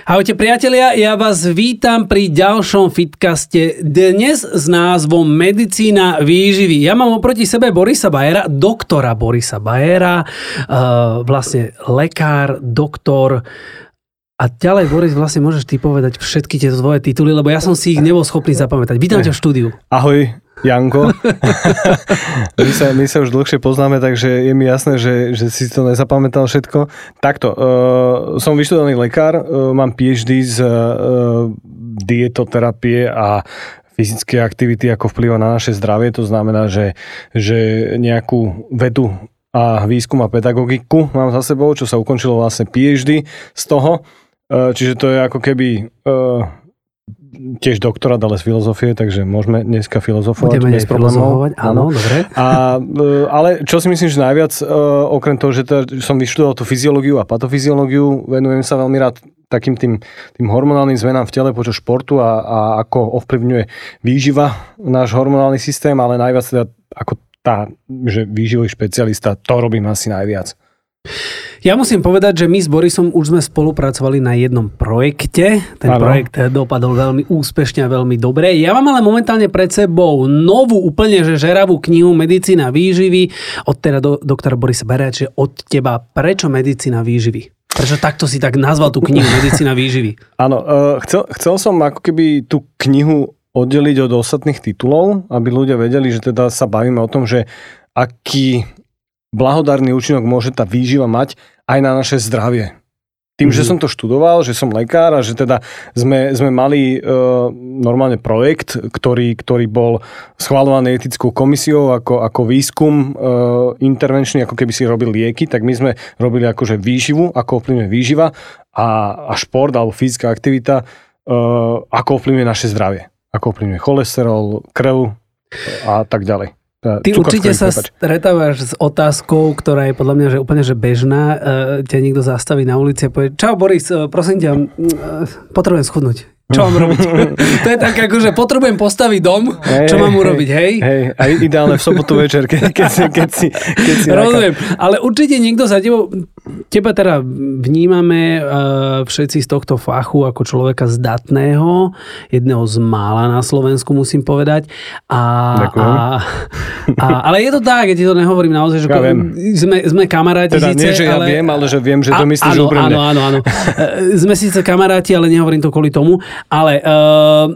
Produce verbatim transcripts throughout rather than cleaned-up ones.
Ahojte priatelia, ja vás vítam pri ďalšom fitcaste dnes s názvom Medicína výživy. Ja mám oproti sebe Borisa Bajera, doktora Borisa Bajera, uh, vlastne lekár, doktor. A ďalej, Boris, vlastne môžeš ty povedať všetky tie tvoje tituly, lebo ja som si ich nebol schopný zapamätať. Vítam ťa v štúdiu. Ahoj, Janko. my, sa, my sa už dlhšie poznáme, takže je mi jasné, že, že si to nezapamätal všetko. Takto, uh, som vyštudovaný lekár, uh, mám PhD z uh, dietoterapie a fyzické aktivity, ako vplyva na naše zdravie. To znamená, že, že nejakú vedu a výskum a pedagogiku mám za sebou, čo sa ukončilo vlastne PhD z toho. Uh, čiže to je ako keby... Uh, tiež doktorát, ale z filozofie, takže môžeme dneska filozofovať Budeme bez problémov. Áno, dobre. A, ale čo si myslím, že najviac, okrem toho, že teda som vyštudoval tú fyziológiu a patofyziológiu, venujem sa veľmi rád takým tým, tým hormonálnym zmenám v tele počas športu a, a ako ovplyvňuje výživa náš hormonálny systém, ale najviac teda ako tá, že výživový špecialista, to robím asi najviac. Ja musím povedať, že my s Borisom už sme spolupracovali na jednom projekte. Ten ano. projekt dopadol veľmi úspešne a veľmi dobre. Ja mám ale momentálne pred sebou novú, úplne že žeravú knihu Medicína výživy od teda do, doktora Borisa Bajera, čiže od teba. Prečo Medicína výživy? Prečo takto si tak nazval tú knihu Medicína výživy? Áno, uh, chcel, chcel som ako keby tú knihu oddeliť od ostatných titulov, aby ľudia vedeli, že teda sa bavíme o tom, že aký blahodárny účinok môže tá výživa mať aj na naše zdravie. Tým, mm-hmm. že som to študoval, že som lekár a že teda sme, sme mali e, normálne projekt, ktorý, ktorý bol schvaľovaný etickou komisiou ako, ako výskum e, intervenčný, ako keby si robil lieky, tak my sme robili akože výživu, ako ovplyvňuje výživa a, a šport alebo fyzická aktivita, e, ako ovplyvňuje naše zdravie. Ako ovplyvňuje cholesterol, krv a tak ďalej. Ty Cukor, určite sa prepač. stretávaš s otázkou, ktorá je podľa mňa že úplne že bežná. E, ťa niekto zastaví na ulici a povie: Čau Boris, prosím ťa, potrebujem schudnúť. Čo mám robiť? To je tak ako, že potrebujem postaviť dom, hey, čo mám urobiť, hej? Hej, a ideálne v sobotu večer, keď, keď si, keď si, keď si Rozumiem, ale určite niekto za tebou, teba teda vnímame uh, všetci z tohto fachu ako človeka zdatného, jedného z mála na Slovensku, musím povedať. A, a, a, ale je to tak, ja ti to nehovorím naozaj, že ja sme, sme kamaráti. Teda síce, nie, že ja ale, viem, ale že viem, že to a, myslíš áno, úprimne. Áno, áno, áno. Sme síce kamaráti, ale nehovorím to kvôli tomu. Ale uh,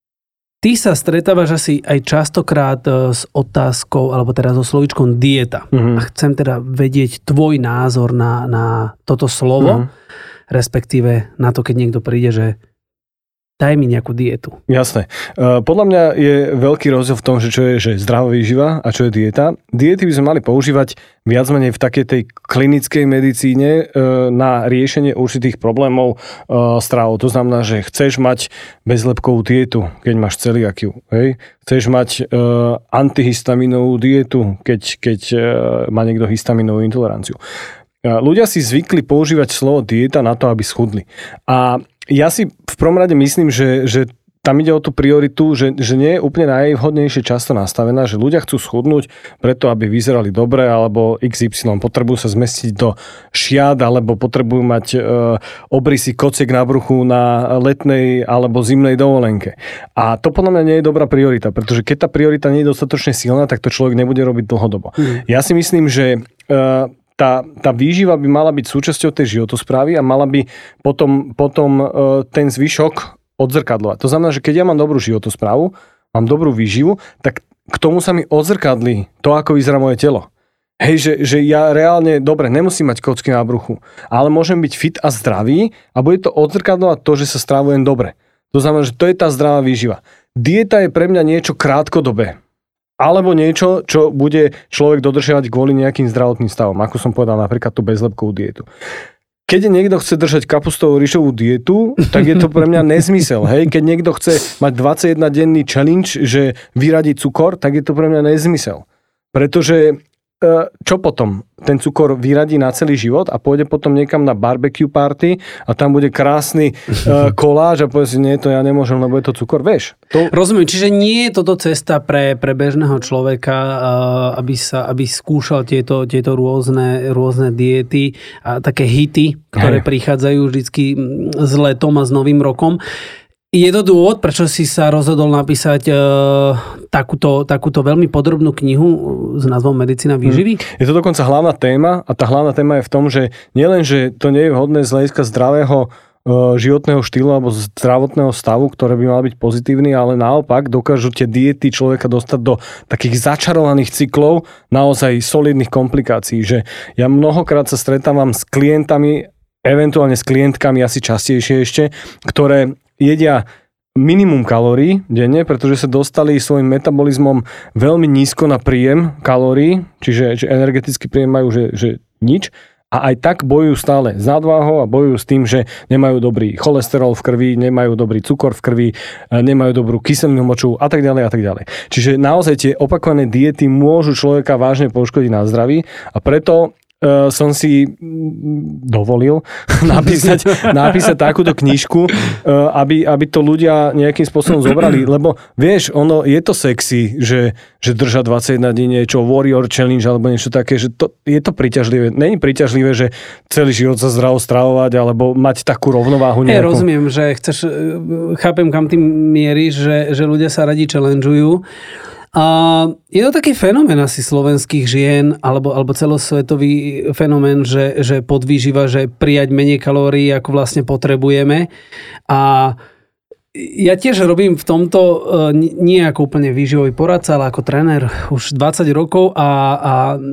ty sa stretávaš asi aj častokrát uh, s otázkou, alebo teda so slovíčkom dieta. Uh-huh. A chcem teda vedieť tvoj názor na, na toto slovo, uh-huh. respektíve na to, keď niekto príde, že daj mi nejakú dietu. Jasné. Podľa mňa je veľký rozdiel v tom, že čo je že zdravá výživa a čo je dieta. Diety by sme mali používať viac menej v takej tej klinickej medicíne na riešenie určitých problémov stravou. To znamená, že chceš mať bezlepkovú dietu, keď máš celiakiu. Hej? Chceš mať antihistaminovú dietu, keď, keď má niekto histaminovú intoleranciu. Ľudia si zvykli používať slovo dieta na to, aby schudli. A ja si v prvom rade myslím, že, že tam ide o tú prioritu, že, že nie je úplne najvhodnejšie často nastavená, že ľudia chcú schudnúť preto, aby vyzerali dobre, alebo iks ypsilon, potrebujú sa zmestiť do šiat, alebo potrebujú mať e, obrysy kociek na bruchu na letnej alebo zimnej dovolenke. A to podľa mňa nie je dobrá priorita, pretože keď tá priorita nie je dostatočne silná, tak to človek nebude robiť dlhodobo. Mm. Ja si myslím, že e, Tá, tá výživa by mala byť súčasťou tej životosprávy a mala by potom, potom ten zvyšok odzrkadľovať. To znamená, že keď ja mám dobrú životosprávu, mám dobrú výživu, tak k tomu sa mi odzrkadlí to, ako vyzerá moje telo. Hej, že, že ja reálne, dobre, nemusím mať kocky na bruchu, ale môžem byť fit a zdravý a bude to odzrkadľovať to, že sa strávujem dobre. To znamená, že to je tá zdravá výživa. Dieta je pre mňa niečo krátkodobé. Alebo niečo, čo bude človek dodržiavať kvôli nejakým zdravotným stavom. Ako som povedal, napríklad tú bezlepkovú dietu. Keď niekto chce držať kapustovú ryžovú dietu, tak je to pre mňa nezmysel. Hej? Keď niekto chce mať dvadsaťjedendenný challenge, že vyradí cukor, tak je to pre mňa nezmysel. Pretože čo potom? Ten cukor vyradí na celý život a pôjde potom niekam na barbecue party a tam bude krásny uh, koláž a povie si, nie, to ja nemôžem, lebo je to cukor, vieš. To... Rozumiem, čiže nie je toto cesta pre, pre bežného človeka, uh, aby sa aby skúšal tieto, tieto rôzne, rôzne diety a také hity, ktoré Hej. prichádzajú vždycky s letom a s novým rokom. Je to dôvod, prečo si sa rozhodol napísať e, takúto, takúto veľmi podrobnú knihu s názvom Medicína výživy? Je to dokonca hlavná téma a tá hlavná téma je v tom, že nielen, že to nie je vhodné z hľadiska zdravého e, životného štýlu alebo zdravotného stavu, ktoré by mal byť pozitívny, ale naopak dokážu tie diety človeka dostať do takých začarovaných cyklov naozaj solidných komplikácií. Že ja mnohokrát sa stretávam s klientami, eventuálne s klientkami asi častejšie ešte, ktoré jedia minimum kalórií denne, pretože sa dostali svojim metabolizmom veľmi nízko na príjem kalórií, čiže že energetický príjem majú, že, že nič. A aj tak bojujú stále s nadváhou a bojujú s tým, že nemajú dobrý cholesterol v krvi, nemajú dobrý cukor v krvi, nemajú dobrú kyselinu močovú a tak ďalej a tak ďalej. Čiže naozaj tie opakované diety môžu človeka vážne poškodiť na zdraví a preto Uh, som si dovolil napísať, napísať takúto knižku, uh, aby, aby to ľudia nejakým spôsobom zobrali, lebo vieš, ono je to sexy, že, že držať dvadsaťjeden dní niečo, Warrior Challenge alebo niečo také, že to, je to príťažlivé. Není príťažlivé, že celý život sa zdravo stravovať alebo mať takú rovnováhu nejakú. Ja rozumiem, že chceš, chápem, kam tým mieríš, že, že ľudia sa radi challengeujú. A je to taký fenomén asi slovenských žien, alebo, alebo celosvetový fenomén, že, že podvýživa, že prijať menej kalórií, ako vlastne potrebujeme. A ja tiež robím v tomto nie ako úplne výživový poradca, ale ako tréner už dvadsať rokov a, a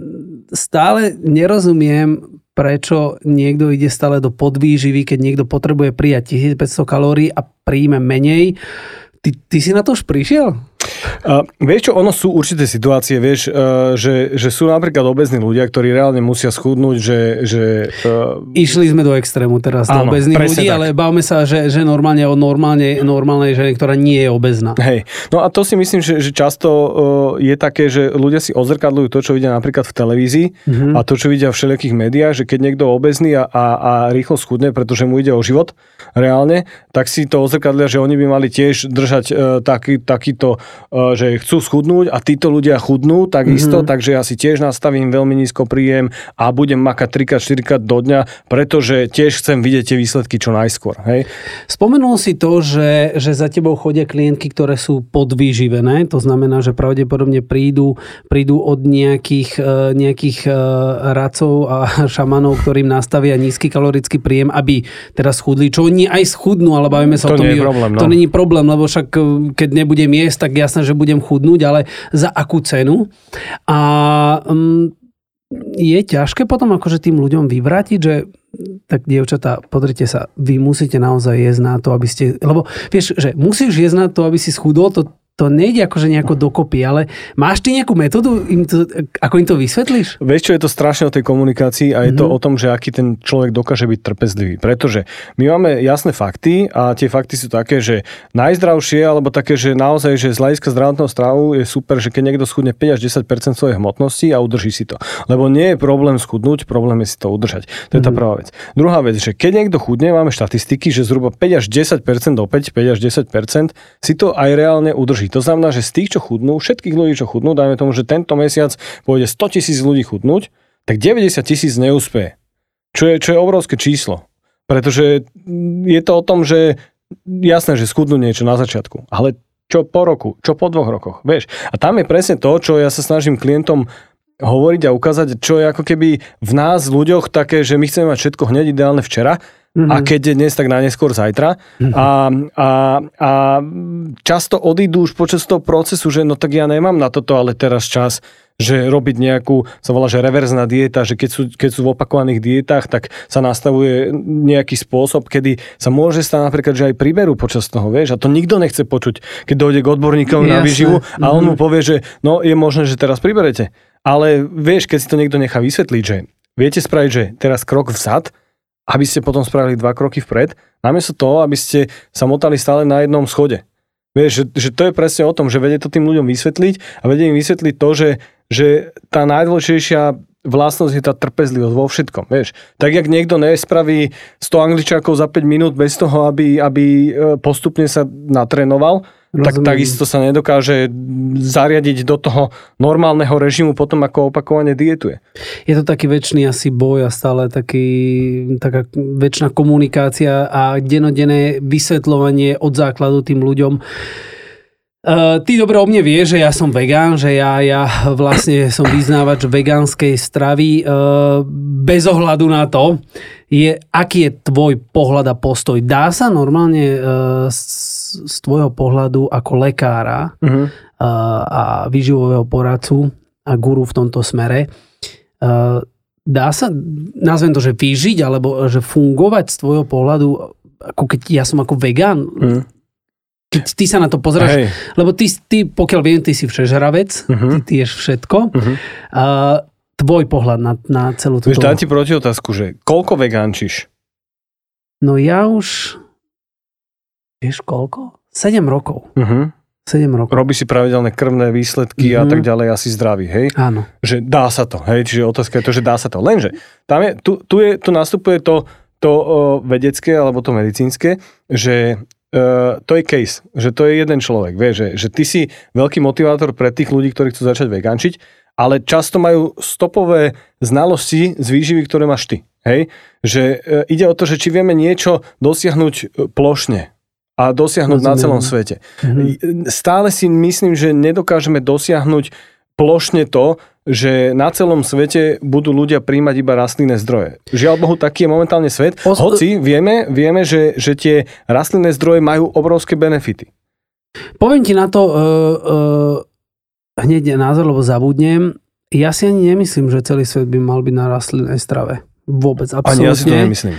stále nerozumiem, prečo niekto ide stále do podvýživy, keď niekto potrebuje prijať tisícpäťsto kalórií a príjme menej. Ty, ty si na to už prišiel? Uh, vieš čo, ono sú určité situácie, vieš, uh, že, že sú napríklad obezní ľudia, ktorí reálne musia schudnúť, že... že uh... Išli sme do extrému teraz, do obezných ľudí, tak. Ale bavme sa, že, že normálne o normálne, normálnej žene, ktorá nie je obezná. Hej, no a to si myslím, že, že často uh, je také, že ľudia si odzrkadľujú to, čo vidia napríklad v televízii mm-hmm. a to, čo vidia v všelijakých médiách, že keď niekto obezný a, a, a rýchlo schudne, pretože mu ide o život reálne, tak si to odzrkadlia, že oni by mali tiež držať uh, taký, takýto že chcú schudnúť a títo ľudia chudnú takisto, mm-hmm. takže ja si tiež nastavím veľmi nízko príjem a budem makať trikrát, štyrikrát do dňa, pretože tiež chcem vidieť tie výsledky čo najskôr. Hej? Spomenul si to, že, že za tebou chodia klientky, ktoré sú podvýživené, to znamená, že pravdepodobne prídu, prídu od nejakých, nejakých radcov a šamanov, ktorým nastavia nízky kalorický príjem, aby teraz schudli, čo oni aj schudnú, ale bavíme sa to o tom. Nie je problém, no. To není problém, lebo však keď nebudem jesť, tak jasné, že budem chudnúť, ale za akú cenu? A um, je ťažké potom akože tým ľuďom vyvrátiť, že tak dievčatá, pozrite sa, vy musíte naozaj jesť na to, aby ste, lebo vieš, že musíš jesť na to, aby si schudol, to to nejde akože nejako dokopy, ale máš ty nejakú metódu, im to, ako im to vysvetlíš? Vieš čo, je to strašne o tej komunikácii a je mm-hmm. to o tom, že aký ten človek dokáže byť trpezlivý. Pretože my máme jasné fakty a tie fakty sú také, že najzdravšie, alebo také, že naozaj, že z hľadiska zdravotného stravu je super, že keď niekto schudne päť až desať percent svojej hmotnosti a udrží si to. Lebo nie je problém schudnúť, problém je si to udržať. To je mm-hmm. tá prvá vec. Druhá vec, že keď niekto chudne, máme štatistiky, že zhruba päť až desať percent opäť, päť až desať percent si to aj reálne udrží. To znamená, že z tých, čo chudnú, všetkých ľudí, čo chudnú, dajme tomu, že tento mesiac pôjde stotisíc ľudí chudnúť, tak deväťdesiat tisíc neúspeje. Čo je, čo je obrovské číslo. Pretože je to o tom, že jasné, že schudnú niečo na začiatku, ale čo po roku, čo po dvoch rokoch, vieš. A tam je presne to, čo ja sa snažím klientom hovoriť a ukázať, čo je ako keby v nás, ľuďoch, také, že my chceme mať všetko hneď ideálne včera, mm-hmm. a keď je dnes, tak na neskôr zajtra. Mm-hmm. A, a, a často odídu už počas toho procesu, že no tak ja nemám na toto, ale teraz čas, že robiť nejakú, sa volá, že reverzná dieta, že keď sú, keď sú v opakovaných dietách, tak sa nastavuje nejaký spôsob, kedy sa môže stať napríklad, že aj priberú počas toho, vieš, a to nikto nechce počuť, keď dojde k odborníkom na výživu a on mu povie, že no je možné, že teraz priberete. Ale vieš, keď si to niekto nechá vysvetliť, že viete spraviť, že teraz krok vzad, aby ste potom spravili dva kroky vpred, namiesto toho, aby ste sa motali stále na jednom schode. Vieš, že, že to je presne o tom, že vedie to tým ľuďom vysvetliť a vedie im vysvetliť to, že, že tá najdôležitejšia vlastnosť je tá trpezlivosť vo všetkom, vieš. Tak, jak niekto nespraví sto angličákov za päť minút bez toho, aby, aby postupne sa natrénoval, rozumiem, tak takisto sa nedokáže zariadiť do toho normálneho režimu potom, ako opakovane dietuje. Je to taký večný asi boj a stále taký, taká večná komunikácia a dennodenné vysvetľovanie od základu tým ľuďom. Uh, ty dobre o mne vieš, že ja som vegán, že ja, ja vlastne som vyznávač vegánskej stravy. Uh, bez ohľadu na to, je, aký je tvoj pohľad a postoj. Dá sa normálne uh, z, z tvojho pohľadu ako lekára uh-huh. uh, a výživového poradcu a guru v tomto smere, uh, dá sa, nazvem to, že vyžiť, alebo že fungovať z tvojho pohľadu, ako keď ja som ako vegán, uh-huh. Keď ty sa na to pozráš, hej. Lebo ty, ty, pokiaľ viem, ty si všežravec, uh-huh. ty, ty ješ všetko. Uh-huh. Uh, tvoj pohľad na, na celú túto... Víš, dám ti proti otázku, že koľko vegánčiš? No ja už... Vieš koľko? sedem rokov. Uh-huh. sedem rokov. Robíš si pravidelné krvné výsledky uh-huh. a tak ďalej, asi zdravý, hej? Áno. Že dá sa to, hej? Čiže otázka je to, že dá sa to. Lenže, tam je, tu, tu, je, tu nastupuje to, to uh, vedecké alebo to medicínske, že Uh, to je case, že to je jeden človek, vieš, že, že ty si veľký motivátor pre tých ľudí, ktorí chcú začať vegánčiť, ale často majú stopové znalosti z výživy, ktoré máš ty, hej? Že uh, ide o to, že či vieme niečo dosiahnuť plošne a dosiahnuť Rozumiem. Na celom svete. Mhm. Stále si myslím, že nedokážeme dosiahnuť plošne to, že na celom svete budú ľudia príjmať iba rastlinné zdroje. Žiaľ Bohu, taký je momentálne svet. Os- Hoci vieme, vieme že, že tie rastlinné zdroje majú obrovské benefity. Poviem ti na to uh, uh, hneď názor, lebo zabudnem. Ja si ani nemyslím, že celý svet by mal byť na rastlinnej strave. Vôbec, absolútne. Ani ja si to nemyslím.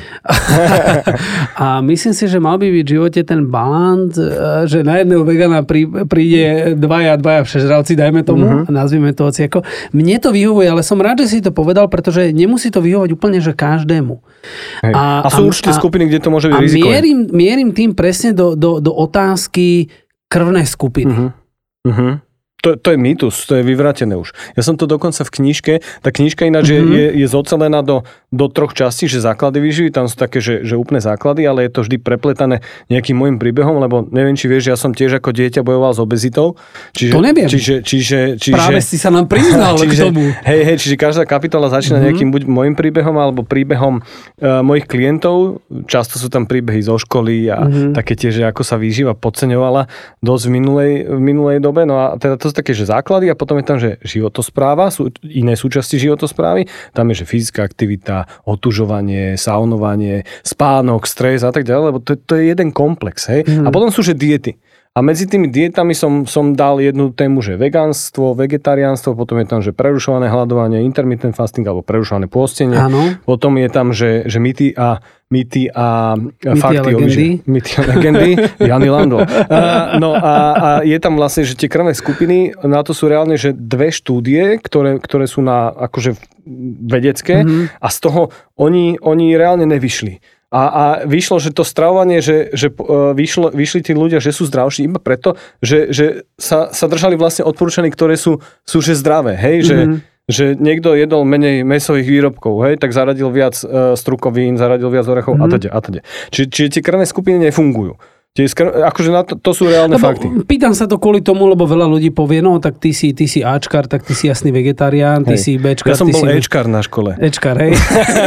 A myslím si, že mal by byť v živote ten balans, že na jedného vegana príde dvaja, dvaja všežravci, dajme tomu, uh-huh. nazvime to hociako. Mne to vyhovuje, ale som rád, že si to povedal, pretože nemusí to vyhovovať úplne, že každému. A, a sú určite skupiny, kde to môže byť rizikové. A mierim, mierim tým presne do, do, do otázky krvnej skupiny. Uh-huh. Uh-huh. To, to je mýtus, to je vyvrátené už. Ja som to dokonca v knižke, tá knižka ináč mm-hmm. je, je zocelená do, do troch častí, že základy výživy, tam sú také, že, že úplne základy, ale je to vždy prepletané nejakým môjim príbehom, lebo neviem, či vieš, ja som tiež ako dieťa bojoval s obezitou. Čiže, to neviem. Čiže, čiže, čiže, Práve si sa nám priznal čiže, k tomu. Hej, hej, čiže každá kapitola začína mm-hmm. nejakým buď môjim príbehom, alebo príbehom uh, mojich klientov. Často sú tam príbehy zo školy a mm-hmm. také tie, že ako sa výživa podceňovala dosť v minulej, v minulej dobe. No a teda to sú také, že základy a potom je tam, že životospráva, sú iné súčasti životosprávy. Tam je, že fyzická aktivita, otužovanie, saunovanie, spánok, stres a tak ďalej, lebo to, to je jeden komplex. Hej? Mm. A potom sú, že diety. A medzi tými dietami som, som dal jednu tému, že vegánstvo, vegetariánstvo, potom je tam, že prerušované hľadovanie, intermittent fasting alebo prerušované pôstenie. Áno. Potom je tam, že, že mýty a mýty a mýty fakty. A legendy. Mýty a legendy. Jany Lando. Uh, no a, a je tam vlastne, že tie krvné skupiny, na to sú reálne, že dve štúdie, ktoré, ktoré sú na akože vedecké mm-hmm. a z toho oni, oni reálne nevyšli. A, a vyšlo, že to stravovanie, že, že vyšlo, vyšli tí ľudia, že sú zdravší iba preto, že, že sa, sa držali vlastne odporúčaní, ktoré sú, sú že zdravé. Hej? Mm-hmm. Že, že niekto jedol menej mäsových výrobkov, hej? Tak zaradil viac uh, strukovín, zaradil viac orechov mm-hmm. a teda, a teda. Čiže, čiže tie krvné skupiny nefungujú. Akože na to, to sú reálne lebo fakty. Pýtam sa to kvôli tomu, lebo veľa ľudí povie, no tak ty si, ty si Ačkar, tak ty si jasný vegetarián, ty hej. si Bčkar. Ja som bol si... Ečkar na škole. Ečkar, hej.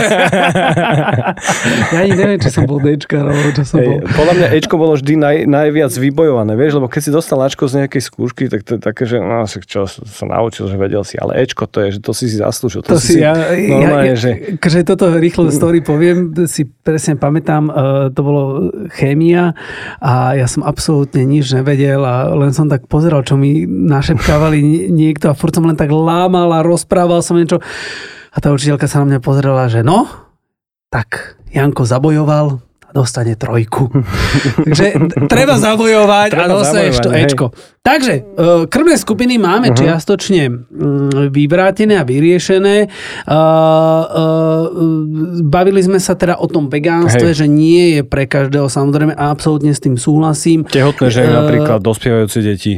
Ja ani neviem, či som bol Dčkar, alebo čo som hej. bol. Podľa mňa Ečko bolo vždy naj, najviac vybojované, vieš, lebo keď si dostal Ačko z nejakej skúšky, tak to je také, že no, čo sa naučil, že vedel si, ale Ečko to je, že to si si zaslúžil. To, to si, si ja, normálne, ja, že... Že toto rýchlo story poviem, si presne pamätám, to bolo chémia a ja som absolútne nič nevedel a len som tak pozeral, čo mi našepkávali niekto a furt som len tak lámal a rozprával som niečo. A tá učiteľka sa na mňa pozerala, že no, tak Janko zabojoval, a dostane trojku. Takže treba zabojovať treba a dostaneš to Ečko. Takže krvné skupiny máme uh-huh. čiastočne vyvrátené a vyriešené. Bavili sme sa teda o tom vegánstve, hej. že nie je pre každého, samozrejme, a absolútne s tým súhlasím. Tehotné ženy uh, napríklad, dospievajúce deti.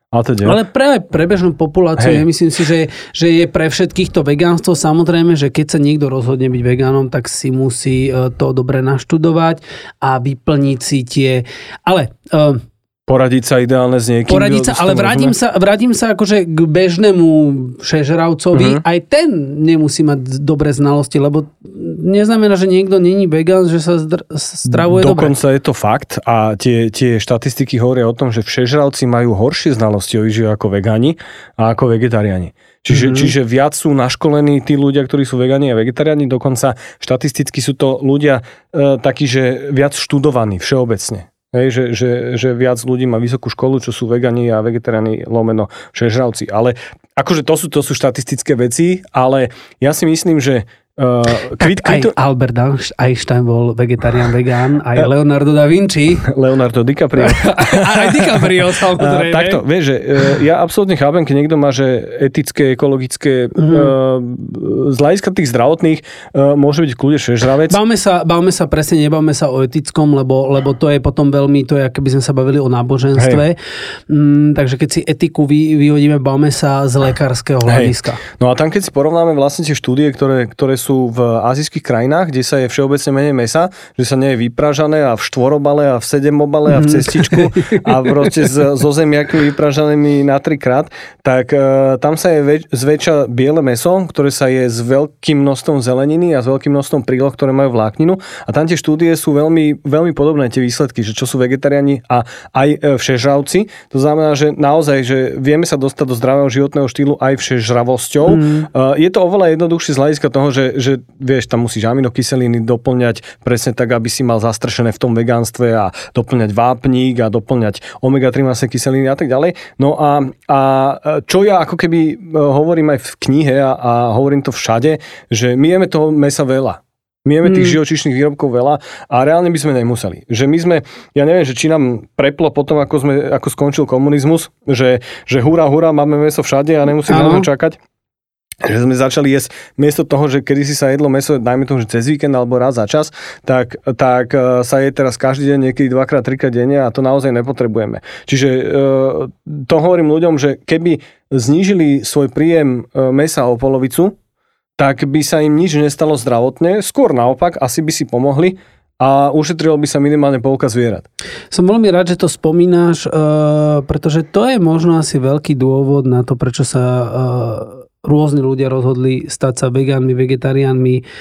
Ale pre, pre bežnú populáciu, ja myslím si, že, že je pre všetkých to vegánstvo. Samozrejme, že keď sa niekto rozhodne byť vegánom, tak si musí to dobre naštudovať a vyplniť si tie... Ale... Uh, Poradiť sa ideálne s niekým. Poradiť sa, ale vrátim sa, vrátim sa akože k bežnému všežravcovi. Uh-huh. Aj ten nemusí mať dobré znalosti, lebo neznamená, že niekto není vegán, že sa zdr- stravuje dobre. Dokonca je to fakt a tie, tie štatistiky hovoria o tom, že všežravci majú horšie znalosti o výžive ako vegáni a ako vegetariáni. Čiže, mm-hmm. čiže viac sú naškolení tí ľudia, ktorí sú vegáni a vegetariáni, dokonca štatisticky sú to ľudia e, takí, že viac študovaní všeobecne. Hej, že, že, že viac ľudí má vysokú školu, čo sú vegani a vegetariáni lomeno všežravci. Ale akože to sú, to sú štatistické veci, ale ja si myslím, že Uh, kvit, kvit... Aj Albert Einstein bol vegetarián, vegán, aj Leonardo da Vinci. Leonardo DiCaprio. Aj DiCaprio, samozrejme. Uh, takto, vieš, že uh, ja absolútne chápem, keď niekto má, že etické, ekologické, mm-hmm. uh, z hľadiska tých zdravotných uh, môže byť kľudne všežravec. Bavme sa, bavme sa presne, nebavme sa o etickom, lebo, lebo to je potom veľmi, to je, keby sme sa bavili o náboženstve. Mm, takže keď si etiku vy, vyhodíme, bavme sa z lekárskeho hľadiska. Hej. No a tam, keď si porovnáme vlastne tie štúdie, ktoré, ktoré sú v azijských krajinách, kde sa je všeobecne menej mesa, že sa nie je vypražané a v štvorobale a v sedemobale a v cestičku a proste so zemiakmi vypražanými na trikrát, tak e, tam sa je väč- zväčša biele mäso, ktoré sa je s veľkým množstvom zeleniny a s veľkým množstvom príloh, ktoré majú vlákninu a tam tie štúdie sú veľmi, veľmi podobné, tie výsledky, že čo sú vegetariáni a aj všežravci. To znamená, že naozaj, že vieme sa dostať do zdravého životného štýlu aj všežravosťou. Mm. E, je to oveľa jednoduchšie z hľadiska toho, že že vieš, tam musíš aminokyseliny doplňať presne tak, aby si mal zastršené v tom vegánstve a doplňať vápnik a doplňať omega tri masné kyseliny a tak ďalej. No a, a čo ja ako keby hovorím aj v knihe a, a hovorím to všade, že my jeme toho mesa veľa. My jeme tých mm. živočíšnych výrobkov veľa a reálne by sme nemuseli. Že my sme, ja neviem, že či nám preplo potom, ako, sme, ako skončil komunizmus, že, že hurá, hurá, máme meso všade a nemusíme na ňo čakať. Že sme začali jesť, miesto toho, že kedy si sa jedlo mäso, dajme tomu, že cez víkend alebo raz za čas, tak, tak sa je teraz každý deň, niekedy dvakrát, trikrát denne a to naozaj nepotrebujeme. Čiže to hovorím ľuďom, že keby znížili svoj príjem mäsa o polovicu, tak by sa im nič nestalo zdravotne, skôr naopak, asi by si pomohli a ušetrilo by sa minimálne polka zvierat. Som veľmi rád, že to spomínaš, pretože to je možno asi veľký dôvod na to, prečo sa rôzni ľudia rozhodli stať sa vegánmi, vegetariánmi. E,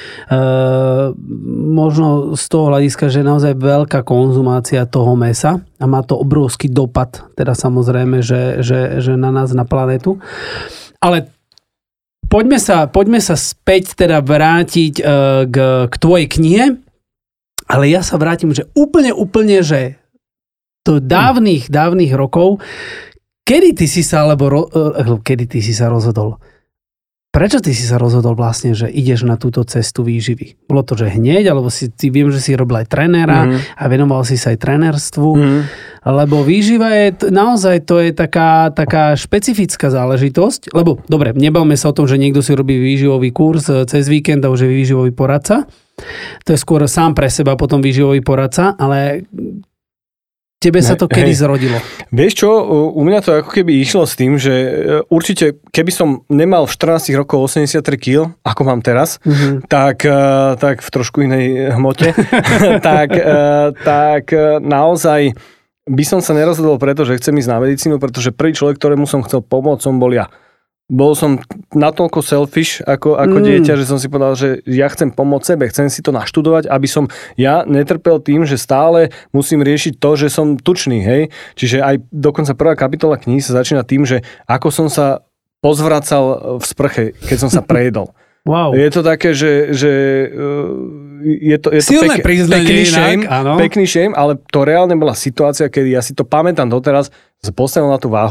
možno z toho hľadiska, že je naozaj veľká konzumácia toho mäsa a má to obrovský dopad, teda samozrejme, že, že, že na nás, na planetu. Ale poďme sa, poďme sa späť teda vrátiť e, k, k tvojej knihe, ale ja sa vrátim, že úplne, úplne, že do dávnych, dávnych rokov, kedy ty si sa, alebo ro, e, kedy ty si sa rozhodol? Prečo ty si sa rozhodol vlastne, že ideš na túto cestu výživy? Bolo to, že hneď, alebo si, ty viem, že si robil aj trénera mm-hmm. a venoval si sa aj trénerstvu, mm-hmm. lebo výživa je, naozaj to je taká, taká špecifická záležitosť, lebo dobre, nebavme sa o tom, že niekto si robí výživový kurz cez víkend a už je výživový poradca. To je skôr sám pre seba potom výživový poradca, ale tebe sa to ne, kedy hej. zrodilo? Vieš čo, u mňa to ako keby išlo s tým, že určite, keby som nemal v štrnástich rokoch osemdesiattri kíl, ako mám teraz, mm-hmm. tak, tak v trošku inej hmote, tak, tak naozaj by som sa nerozhodol preto, že chcem ísť na medicínu, pretože prvý človek, ktorému som chcel pomôcť, som bol ja. Bol som natoľko selfish ako, ako mm. dieťa, že som si povedal, že ja chcem pomôcť sebe, chcem si to naštudovať, aby som ja netrpel tým, že stále musím riešiť to, že som tučný, hej. Čiže aj dokonca prvá kapitola knihy sa začína tým, že ako som sa pozvracal v sprche, keď som sa prejedol. Wow. Je to také, že, že je to, je to silné pek, priznanie pekný inak, shame, áno. pekný shame, ale to reálne bola situácia, kedy ja si to pamätám doteraz, som postavil na tú váhu,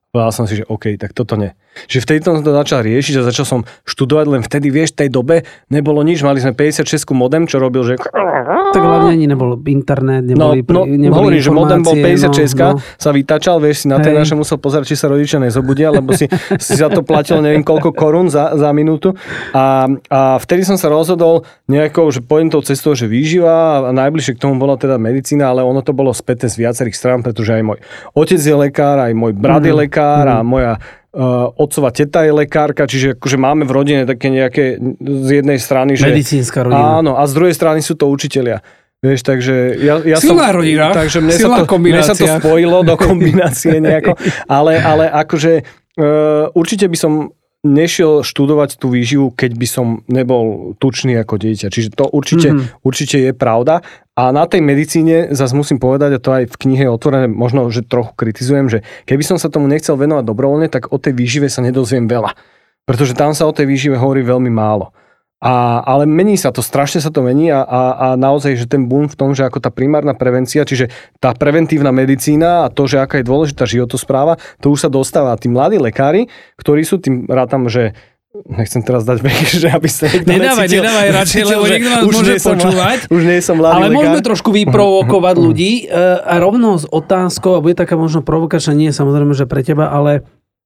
Povedal som si, že OK, tak toto nie. Že vtedy som to začal riešiť a začal som študovať, len vtedy, vieš, v tej dobe nebolo nič. Mali sme päťdesiatšesť modem, čo robil, že... Tak hlavne ani nebol internet, neboli, no, no, neboli hovorím, že modem bol päťdesiatšesť, no, no. Sa vytačal, vieš, si na tej naše musel pozerať, či sa rodičia nezobudia, lebo si, si za to platil neviem koľko korún za, za minútu. A, a vtedy som sa rozhodol nejakou, že pôjdem tou cestou, že výživa a najbližšie k tomu bola teda medicína, ale ono to bolo späté z viacerých strán, pretože aj môj otec je lekár, aj môj brat je lekár a moja Uh, otcova teta je lekárka, čiže akože máme v rodine také nejaké z jednej strany, že... Medicínska rodina. Áno, a z druhej strany sú to učitelia. Vieš, takže ja, ja Silná som... rodina, takže mne silná sa to, mne sa to spojilo do kombinácie nejako, ale, ale akože uh, určite by som nešiel študovať tú výživu, keď by som nebol tučný ako dieťa. Čiže to určite, mm-hmm. určite je pravda. A na tej medicíne zase musím povedať, a to aj v knihe je otvorené, možno, že trochu kritizujem, že keby som sa tomu nechcel venovať dobrovoľne, tak o tej výžive sa nedozviem veľa. Pretože tam sa o tej výžive hovorí veľmi málo. A, ale mení sa to, strašne sa to mení a, a, a naozaj, že ten boom v tom, že ako tá primárna prevencia, čiže tá preventívna medicína a to, že aká je dôležitá životospráva, to už sa dostáva. Tí mladí lekári, ktorí sú tým rátam, že nechcem teraz dať vek, že aby sa niekto nedávaj, necítil. Nedávaj radšej, lebo niekto nás môže počúvať. Mladý, už nie som mladý ale lekár. Môžeme trošku vyprovokovať ľudí a rovno s otázkou, a bude taká možno provokačná, nie samozrejme, že pre teba, ale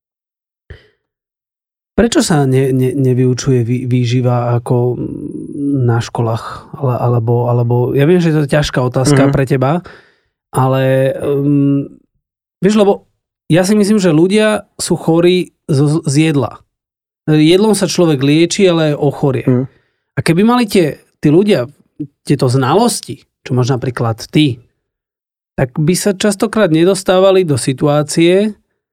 prečo sa ne, ne, nevyučuje vý, výživa ako na školách? Ale, alebo, alebo, ja viem, že to je ťažká otázka mm-hmm. pre teba, ale um, vieš, lebo ja si myslím, že ľudia sú chorí z, z jedla. Jedlom sa človek lieči, ale aj ochorie. Mm. A keby mali tie, tí ľudia tieto znalosti, čo máš napríklad ty, tak by sa častokrát nedostávali do situácie,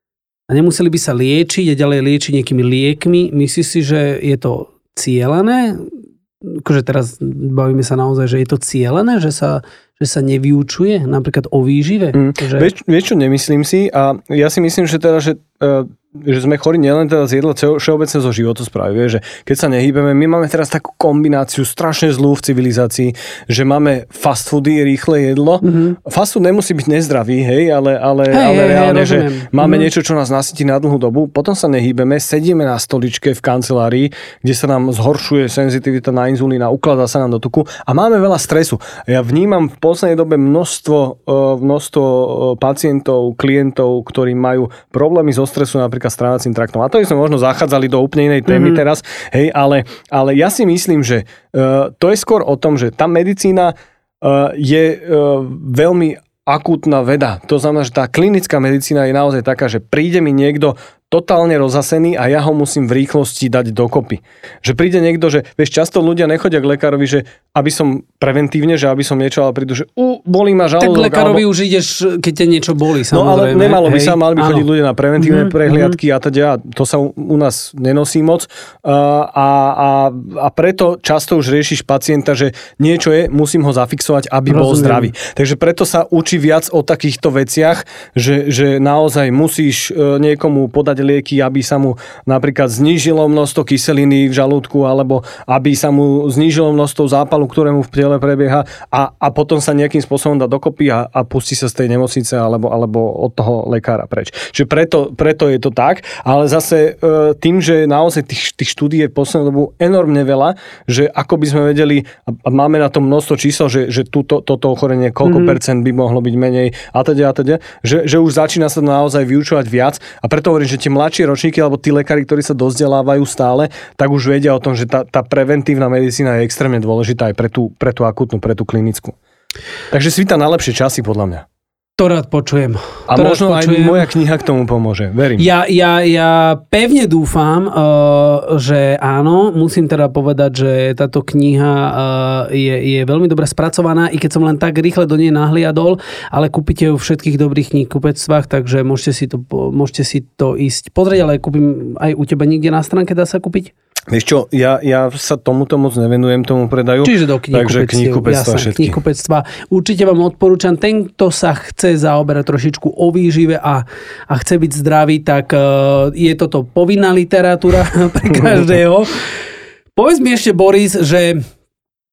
a nemuseli by sa liečiť a ďalej liečiť nejakými liekmi. Myslíš si, že je to cielené? Akože teraz bavíme sa naozaj, že je to cielené, že sa, že sa nevyučuje napríklad o výžive? Mm. Že... Vieš, vieš čo, nemyslím si. A ja si myslím, že teda, že... Uh... že sme chorí nielen teda z jedla, všeobecne zo životosprávy. Vieš, že keď sa nehýbeme, my máme teraz takú kombináciu strašne zlú v civilizácii, že máme fast foody, rýchle jedlo. Mm-hmm. Fast food nemusí byť nezdravý, hej, ale, ale, hey, ale hey, reálne, hey, že máme mm-hmm. niečo, čo nás nasytí na dlhú dobu, potom sa nehýbeme, sedíme na stoličke v kancelárii, kde sa nám zhoršuje senzitivita na inzulín a ukladá sa nám do tuku a máme veľa stresu. Ja vnímam v poslednej dobe množstvo, množstvo pacientov, klientov, ktorí majú problémy zo stresu, napríklad strávacím traktom. A to by sme možno zachádzali do úplne inej témy mm-hmm. teraz, hej, ale, ale ja si myslím, že uh, to je skôr o tom, že tá medicína uh, je uh, veľmi akútna veda. To znamená, že tá klinická medicína je naozaj taká, že príde mi niekto totálne rozhasený a ja ho musím v rýchlosti dať dokopy. Že príde niekto, že vieš, často ľudia nechodia k lekárovi, že aby som preventívne, že aby som niečo, ale prídu, že u, bolí ma žalúdok. Tak lekárovi alebo... už ideš, keď ťa niečo bolí, samozrejme. No ale nemalo by hej, sa, mali by chodiť ľudia na preventívne mm-hmm. prehliadky a teda, to sa u, u nás nenosí moc. Uh, a, a, a preto často už riešiš pacienta, že niečo je, musím ho zafixovať, aby Rozumiem. Bol zdravý. Takže preto sa učí viac o takýchto veciach, že, že naozaj musíš niekomu podať lieky, aby sa mu napríklad znížilo množstvo kyseliny v žalúdku, alebo aby sa mu znížilo množstvo zápalu, ktorému v tele prebieha a, a potom sa nejakým spôsobom dá dokopy a, a pustí sa z tej nemocnice alebo, alebo od toho lekára preč. Čiže preto, preto je to tak, ale zase tým, že naozaj tých, tých štúdí je v poslednej dobu enormne veľa, že ako by sme vedeli, a máme na to množstvo čísel, že, že túto, toto ochorenie, koľko mm-hmm. percent by mohlo byť menej a teda a teda, že, že už začína sa naozaj vyučovať viac a preto hovorím, že tie mladšie ročníky alebo tí lekári, ktorí sa dozdelávajú stále, tak už vedia o tom, že tá, tá preventívna medicína je extrémne dôležitá aj pre tú, pre tú akútnu, pre tú klinickú. Takže svíta na lepšie časy, podľa mňa. To rád počujem. A to možno aj moja kniha k tomu pomôže, verím. Ja, ja, ja pevne dúfam, uh, že áno. Musím teda povedať, že táto kniha uh, je, je veľmi dobre spracovaná, i keď som len tak rýchle do nej nahliadol, ale kúpite ju v všetkých dobrých knihkupectvách, takže môžete si to, môžete si to ísť pozrieť, ale kúpim aj u teba niekde na stránke, dá sa kúpiť? Vieš čo, ja, ja sa tomuto moc nevenujem, tomu predaju. Čiže do knihkupectva všetky. knihkupectva. Určite vám odporúčam, ten, kto sa chce zaoberať trošičku o výžive a, a chce byť zdravý, tak uh, je toto povinná literatúra pre každého. Povedz mi ešte, Boris, že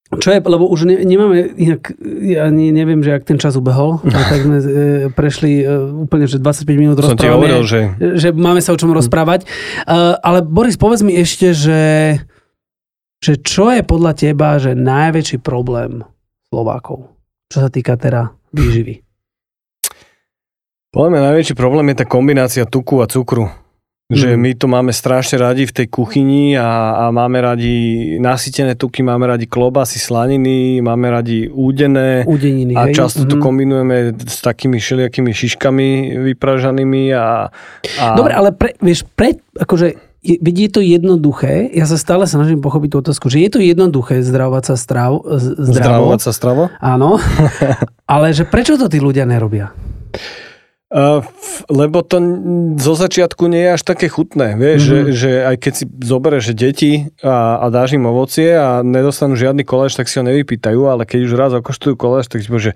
Čo je, lebo už ne, nemáme, inak, ja ne, neviem, že ak ten čas ubehol, tak sme e, prešli e, úplne, že dvadsaťpäť minút Som rozprávame. Som ti hovoril, že... Že máme sa o čom rozprávať. E, ale Boris, povedz mi ešte, že, že čo je podľa teba, že najväčší problém Slovákov, čo sa týka teda výživy? Podľa mňa najväčší problém je tá kombinácia tuku a cukru. Že my to máme strašne radi v tej kuchyni a, a máme radi nasytené tuky, máme radi klobásy, slaniny, máme radi údené Údeniny, a hej? často to mm-hmm. kombinujeme s takými všelijakými šiškami vypražanými a... a... Dobre, ale pre, vieš, pre, akože je, je to jednoduché, ja sa stále snažím pochopiť tú otázku, že je to jednoduché zdravovať sa strav, zdravo. Zdravovať sa stravo? Áno, ale že prečo to tí ľudia nerobia? Uh, lebo to zo začiatku nie je až také chutné, vieš, mm-hmm. že, že aj keď si zoberieš deti a, a dáš im ovocie a nedostanú žiadny koláč, tak si ho nevypýtajú, ale keď už raz okoštujú koláč, tak si povie, že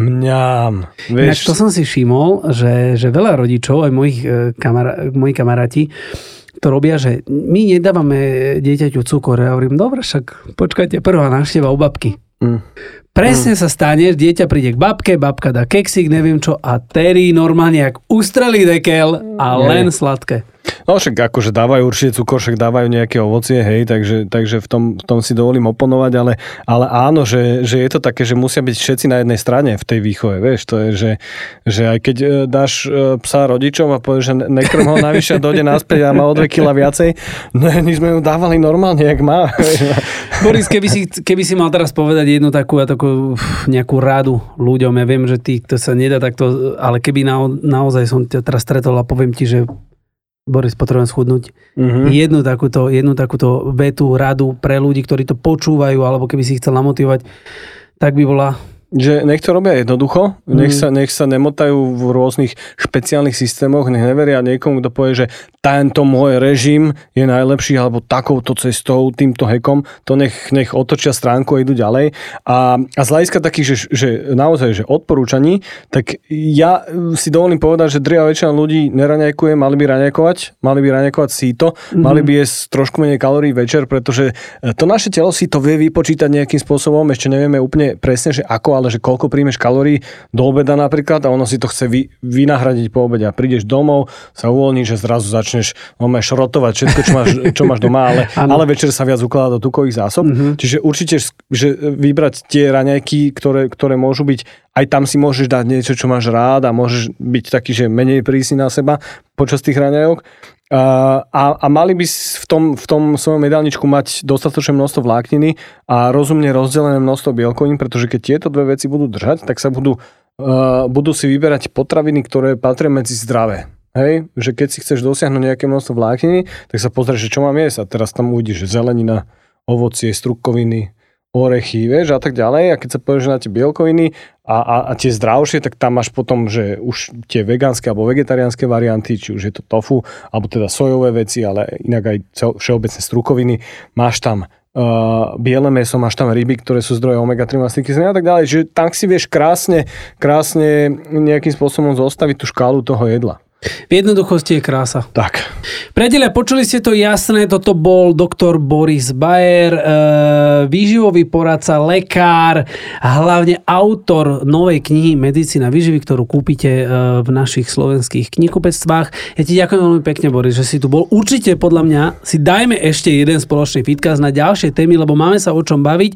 mňam, vieš. Inak to som si všimol, že, že veľa rodičov, aj mojich kamará, moji kamaráti, to robia, že my nedávame dieťaťu cukor. Ja hovorím, dobre, však počkajte, prvá návšteva u babky. Mm. Presne mm. sa stane, dieťa príde k babke, babka dá keksík, neviem čo, a Terry normálne jak ustrelí dekel a len sladké. No však akože dávajú určite cukor, však dávajú nejaké ovocie, hej, takže, takže v, tom, v tom si dovolím oponovať, ale, ale áno, že, že je to také, že musia byť všetci na jednej strane v tej výchove, vieš, to je, že, že aj keď dáš psa rodičom a povieš, že nekrm ho navyše a dojde naspäť a má o dve kilá viacej, no my sme ju dávali normálne, jak má. Boris, keby si, keby si mal teraz povedať jednu takú, takú nejakú radu ľuďom, ja viem, že ty, to sa nedá takto, ale keby na, naozaj som ťa teraz stretol a poviem ti, že Boris, potrebujem schudnúť. Mm-hmm. Jednu takúto, jednu takúto vetu, radu pre ľudí, ktorí to počúvajú, alebo keby si ich chcel namotivovať, tak by bola... Že nech to robia jednoducho, mm. nech, sa, nech sa nemotajú v rôznych špeciálnych systémoch, nech neveria niekomu, kto povie, že tento môj režim je najlepší, alebo takouto cestou, týmto hekom, to nech, nech otočia stránku a idú ďalej. A, a z hľadiska takých, že, že naozaj, že odporúčaní, tak ja si dovolím povedať, že drvivá väčšina ľudí neraňajkuje, mali by raňajkovať, mali by raňajkovať síto, mm. mali by jesť trošku menej kalórií večer, pretože to naše telo si to vie vypočítať nejakým spôsobom, ešte nevieme úplne presne, že ako, ale že koľko príjmeš kalórií do obeda napríklad a ono si to chce vy, vynahradiť po obede a prídeš domov, sa uvoľníš, že zrazu začneš no, šrotovať všetko, čo máš, čo máš doma, ale, ale večer sa viac ukladá do tukových zásob. Mm-hmm. Čiže určite že vybrať tie raňajky, ktoré, ktoré môžu byť, aj tam si môžeš dať niečo, čo máš rád a môžeš byť taký, že menej prísny na seba počas tých raňajok. Uh, a, a mali by v tom, v tom svojom jedálničku mať dostatočné množstvo vlákniny a rozumne rozdelené množstvo bielkovín, pretože keď tieto dve veci budú držať, tak sa budú, uh, budú si vyberať potraviny, ktoré patria medzi zdravé. Hej? Že keď si chceš dosiahnuť nejaké množstvo vlákniny, tak sa pozrieš, že čo mám jesť a teraz tam uvidíš, že zelenina, ovocie, strukoviny, orechy, vieš, a tak ďalej. A keď sa povieš na tie bielkoviny a, a, a tie zdravšie, tak tam máš potom, že už tie vegánske alebo vegetariánske varianty, či už je to tofu, alebo teda sojové veci, ale inak aj cel, všeobecné strukoviny. Máš tam uh, biele mäso, máš tam ryby, ktoré sú zdroje omega tri mastných kyselín a tak ďalej. Čiže tam si vieš krásne, krásne nejakým spôsobom zostaviť tú škálu toho jedla. V jednoduchosti je krása. Tak. Priatelia, počuli ste to jasné, toto bol doktor Boris Bayer, e, výživový poradca, lekár a hlavne autor novej knihy Medicína výživy, ktorú kúpite e, v našich slovenských knihkupectvách. Ja ti ďakujem veľmi pekne, Boris, že si tu bol. Určite podľa mňa si dajme ešte jeden spoločný feedcast na ďalšie témy, lebo máme sa o čom baviť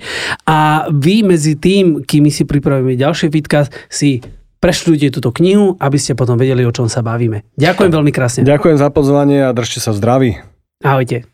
a vy medzi tým, kým my si pripravíme ďalší feedcast, si preštudujte túto knihu, aby ste potom vedeli, o čom sa bavíme. Ďakujem veľmi krásne. Ďakujem za pozvanie a držte sa zdraví. Ahojte.